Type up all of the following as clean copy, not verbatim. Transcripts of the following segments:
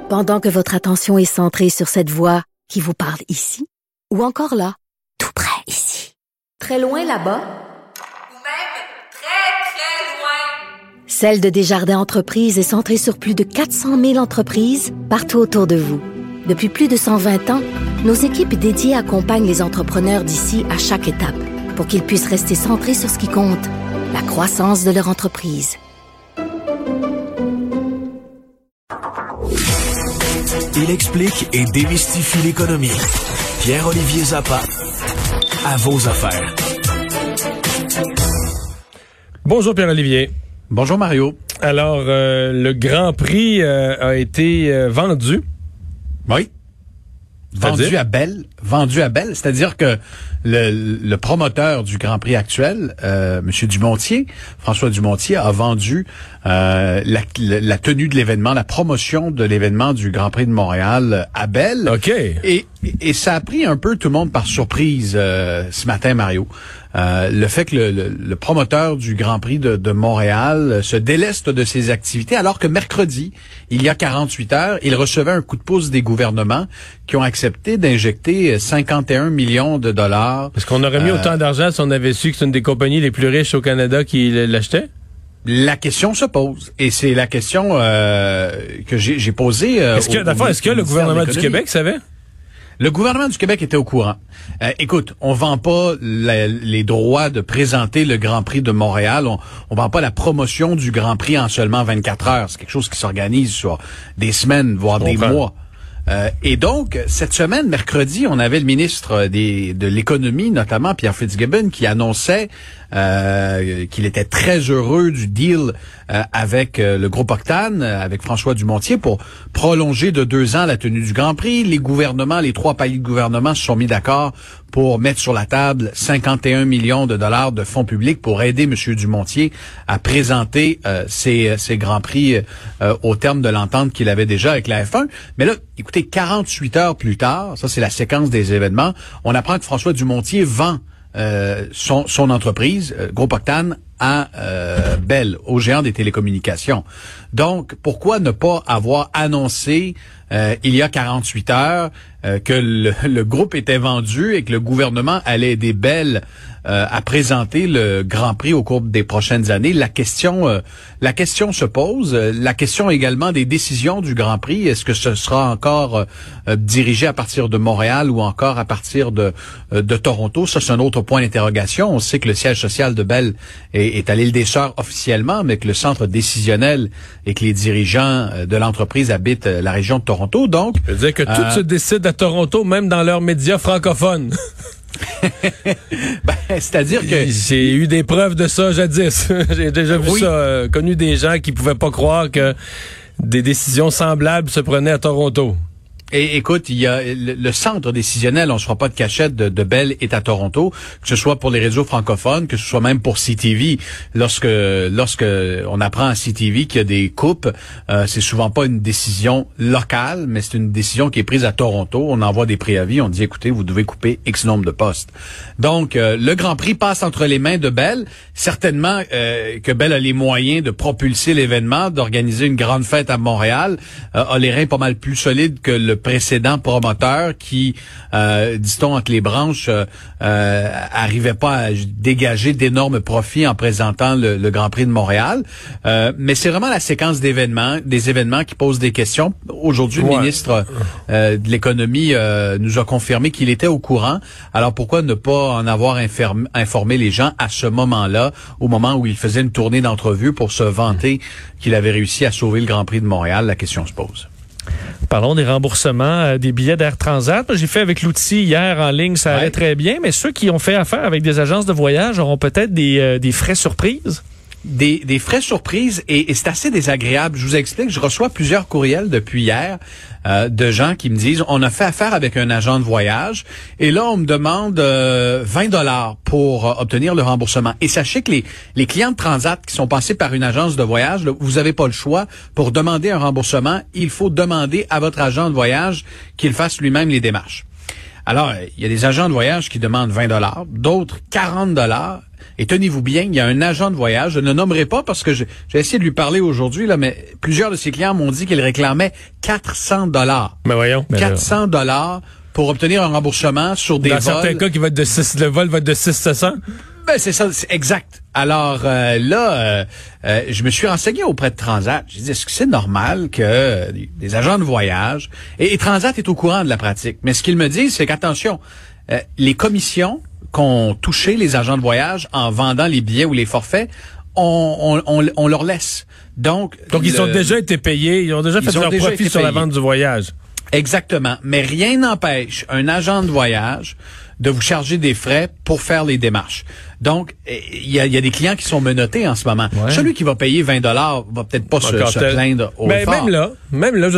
Pendant que votre attention est centrée sur cette voix qui vous parle ici, ou encore là, tout près ici, très loin là-bas, ou même très, très loin. Celle de Desjardins Entreprises est centrée sur plus de 400 000 entreprises partout autour de vous. Depuis plus de 120 ans, nos équipes dédiées accompagnent les entrepreneurs d'ici à chaque étape pour qu'ils puissent rester centrés sur ce qui compte, la croissance de leur entreprise. Il explique et démystifie l'économie. Pierre-Olivier Zappa, à vos affaires. Bonjour Pierre-Olivier. Bonjour Mario. Alors, le Grand Prix a été vendu. Oui. Vendu à Bell. C'est-à-dire que le promoteur du Grand Prix actuel, Monsieur Dumontier, François Dumontier, a vendu la tenue de l'événement, la promotion de l'événement du Grand Prix de Montréal à Bell. OK. Et ça a pris un peu tout le monde par surprise ce matin, Mario. Le fait que le promoteur du Grand Prix de Montréal se déleste de ses activités, alors que mercredi, il y a 48 heures, il recevait un coup de pouce des gouvernements qui ont accepté d'injecter 51 millions de dollars. Est-ce qu'on aurait mis autant d'argent si on avait su que c'est une des compagnies les plus riches au Canada qui l'achetait? La question se pose, et c'est la question que j'ai posée. Est-ce que le gouvernement du Québec savait? Le gouvernement du Québec était au courant. Écoute, on vend pas les droits de présenter le Grand Prix de Montréal. On vend pas la promotion du Grand Prix en seulement 24 heures. C'est quelque chose qui s'organise sur des semaines, voire des mois. Et donc, cette semaine, mercredi, on avait le ministre de l'Économie, notamment Pierre Fitzgibbon, qui annonçait qu'il était très heureux du deal avec le groupe Octane, avec François Dumontier, pour prolonger de 2 ans la tenue du Grand Prix. Les gouvernements, les 3 paliers de gouvernement se sont mis d'accord pour mettre sur la table 51 millions de dollars de fonds publics pour aider M. Dumontier à présenter ces Grands Prix au terme de l'entente qu'il avait déjà avec la F1. Mais là, écoutez, 48 heures plus tard, ça c'est la séquence des événements, on apprend que François Dumontier vend son entreprise, Groupe Octane, à Bell, au géant des télécommunications. Donc, pourquoi ne pas avoir annoncé il y a 48 heures que le groupe était vendu et que le gouvernement allait aider Bell à présenter le Grand Prix au cours des prochaines années? La question se pose. La question également des décisions du Grand Prix. Est-ce que ce sera encore dirigé à partir de Montréal ou encore à partir de Toronto? Ça, c'est un autre point d'interrogation. On sait que le siège social de Bell est à l'île des Sœurs officiellement, mais que le centre décisionnel et que les dirigeants de l'entreprise habitent la région de Toronto. Donc, je veux dire que tout se décide à Toronto, même dans leurs médias francophones. C'est-à-dire que j'ai eu des preuves de ça jadis. J'ai déjà vu ça, connu des gens qui pouvaient pas croire que des décisions semblables se prenaient à Toronto. Et écoute, il y a le centre décisionnel, on se fera pas de cachette, de Bell est à Toronto, que ce soit pour les réseaux francophones, que ce soit même pour CTV. Lorsque on apprend à CTV qu'il y a des coupes, c'est souvent pas une décision locale, mais c'est une décision qui est prise à Toronto. On envoie des préavis, on dit écoutez, vous devez couper X nombre de postes. Donc, le Grand Prix passe entre les mains de Bell. Certainement que Bell a les moyens de propulser l'événement, d'organiser une grande fête à Montréal, a les reins pas mal plus solides que le précédent promoteur qui, dit-on entre les branches, arrivait pas à dégager d'énormes profits en présentant le Grand Prix de Montréal. Mais c'est vraiment la séquence des événements qui posent des questions. Aujourd'hui, le ministre de l'Économie nous a confirmé qu'il était au courant. Alors pourquoi ne pas en avoir informé les gens à ce moment-là, au moment où il faisait une tournée d'entrevues pour se vanter qu'il avait réussi à sauver le Grand Prix de Montréal? La question se pose. Parlons des remboursements des billets d'Air Transat. J'ai fait avec l'outil hier en ligne, ça allait très bien, mais ceux qui ont fait affaire avec des agences de voyage auront peut-être des frais surprises. Des frais surprises et c'est assez désagréable. Je vous explique, je reçois plusieurs courriels depuis hier de gens qui me disent on a fait affaire avec un agent de voyage et là on me demande 20 $ pour obtenir le remboursement. Et sachez que les clients de Transat qui sont passés par une agence de voyage, là, vous avez pas le choix pour demander un remboursement, il faut demander à votre agent de voyage qu'il fasse lui-même les démarches. Alors, il y a des agents de voyage qui demandent 20 $, d'autres 40 $. Et tenez-vous bien, il y a un agent de voyage, je ne le nommerai pas parce que j'ai essayé de lui parler aujourd'hui, là, mais plusieurs de ses clients m'ont dit qu'il réclamait 400 $. Mais voyons. 400 $ pour obtenir un remboursement sur des vols. Dans certains cas, le vol va être de 600. Ben, c'est ça, c'est exact. Alors je me suis renseigné auprès de Transat. J'ai dit, est-ce que c'est normal que des agents de voyage... Et Transat est au courant de la pratique. Mais ce qu'ils me disent, c'est qu'attention, les commissions qu'ont touché les agents de voyage en vendant les billets ou les forfaits, on leur laisse. Donc ils ont déjà été payés, ils ont déjà fait leur profit sur la vente du voyage. Exactement. Mais rien n'empêche un agent de voyage de vous charger des frais pour faire les démarches. Donc, il y a des clients qui sont menottés en ce moment. Ouais. Celui qui va payer 20 $ va peut-être pas se plaindre au fort. Même là,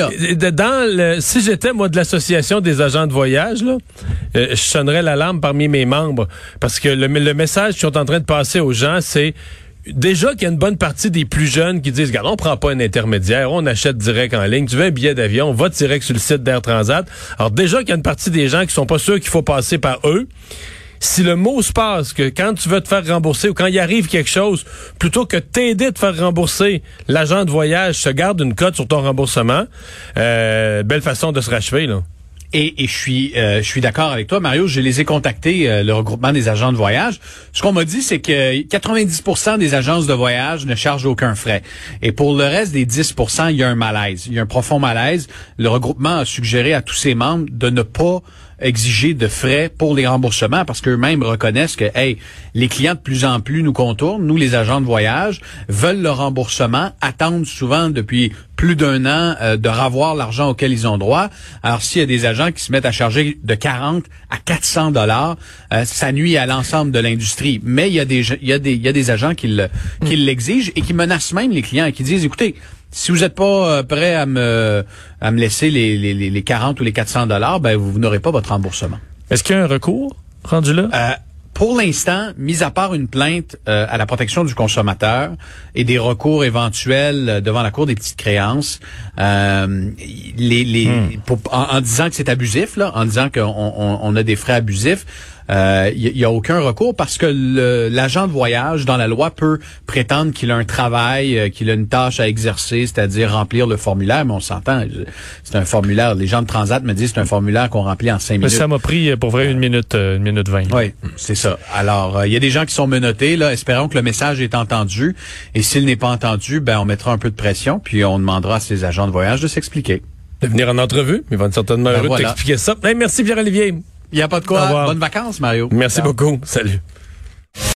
si j'étais, moi, de l'association des agents de voyage, là, je sonnerais l'alarme parmi mes membres. Parce que le message qu'ils sont en train de passer aux gens, c'est déjà qu'il y a une bonne partie des plus jeunes qui disent, regarde, on prend pas un intermédiaire, on achète direct en ligne, tu veux un billet d'avion, va direct sur le site d'Air Transat. Alors déjà qu'il y a une partie des gens qui sont pas sûrs qu'il faut passer par eux. Si le mot se passe que quand tu veux te faire rembourser ou quand il arrive quelque chose, plutôt que t'aider à te faire rembourser, l'agent de voyage se garde une cote sur ton remboursement, belle façon de se rachever, là. Et je suis d'accord avec toi, Mario. Je les ai contactés, le regroupement des agents de voyage. Ce qu'on m'a dit, c'est que 90% des agences de voyage ne chargent aucun frais. Et pour le reste des 10%, il y a un malaise. Il y a un profond malaise. Le regroupement a suggéré à tous ses membres de ne pas exiger de frais pour les remboursements parce qu'eux-mêmes reconnaissent que, les clients de plus en plus nous contournent, nous les agents de voyage, veulent le remboursement, attendent souvent depuis plus d'1 an de revoir l'argent auquel ils ont droit. Alors s'il y a des agents qui se mettent à charger de 40 à 400 $, ça nuit à l'ensemble de l'industrie. Mais il y a des agents qui l'exigent et qui menacent même les clients et qui disent, écoutez, si vous n'êtes pas prêt à me laisser les 40 ou les 400 $, ben vous n'aurez pas votre remboursement. Est-ce qu'il y a un recours rendu là? Pour l'instant, mis à part une plainte à la protection du consommateur et des recours éventuels devant la Cour des petites créances, en disant que c'est abusif, là, en disant qu'on a des frais abusifs, il y a aucun recours parce que l'agent de voyage dans la loi peut prétendre qu'il a un travail, qu'il a une tâche à exercer, c'est-à-dire remplir le formulaire, mais on s'entend, c'est un formulaire, les gens de Transat me disent c'est un formulaire qu'on remplit en 5 minutes. Mais ça m'a pris pour vrai 1 minute 20. Oui, c'est ça. Alors, il y a des gens qui sont menottés, là, espérons que le message est entendu et s'il n'est pas entendu, ben on mettra un peu de pression puis on demandera à ces agents de voyage de s'expliquer. De venir en entrevue, ils vont être certainement heureux de t'expliquer ça. Merci Pierre-Olivier. Il n'y a pas de quoi. Bonnes vacances, Mario. Merci beaucoup. Salut.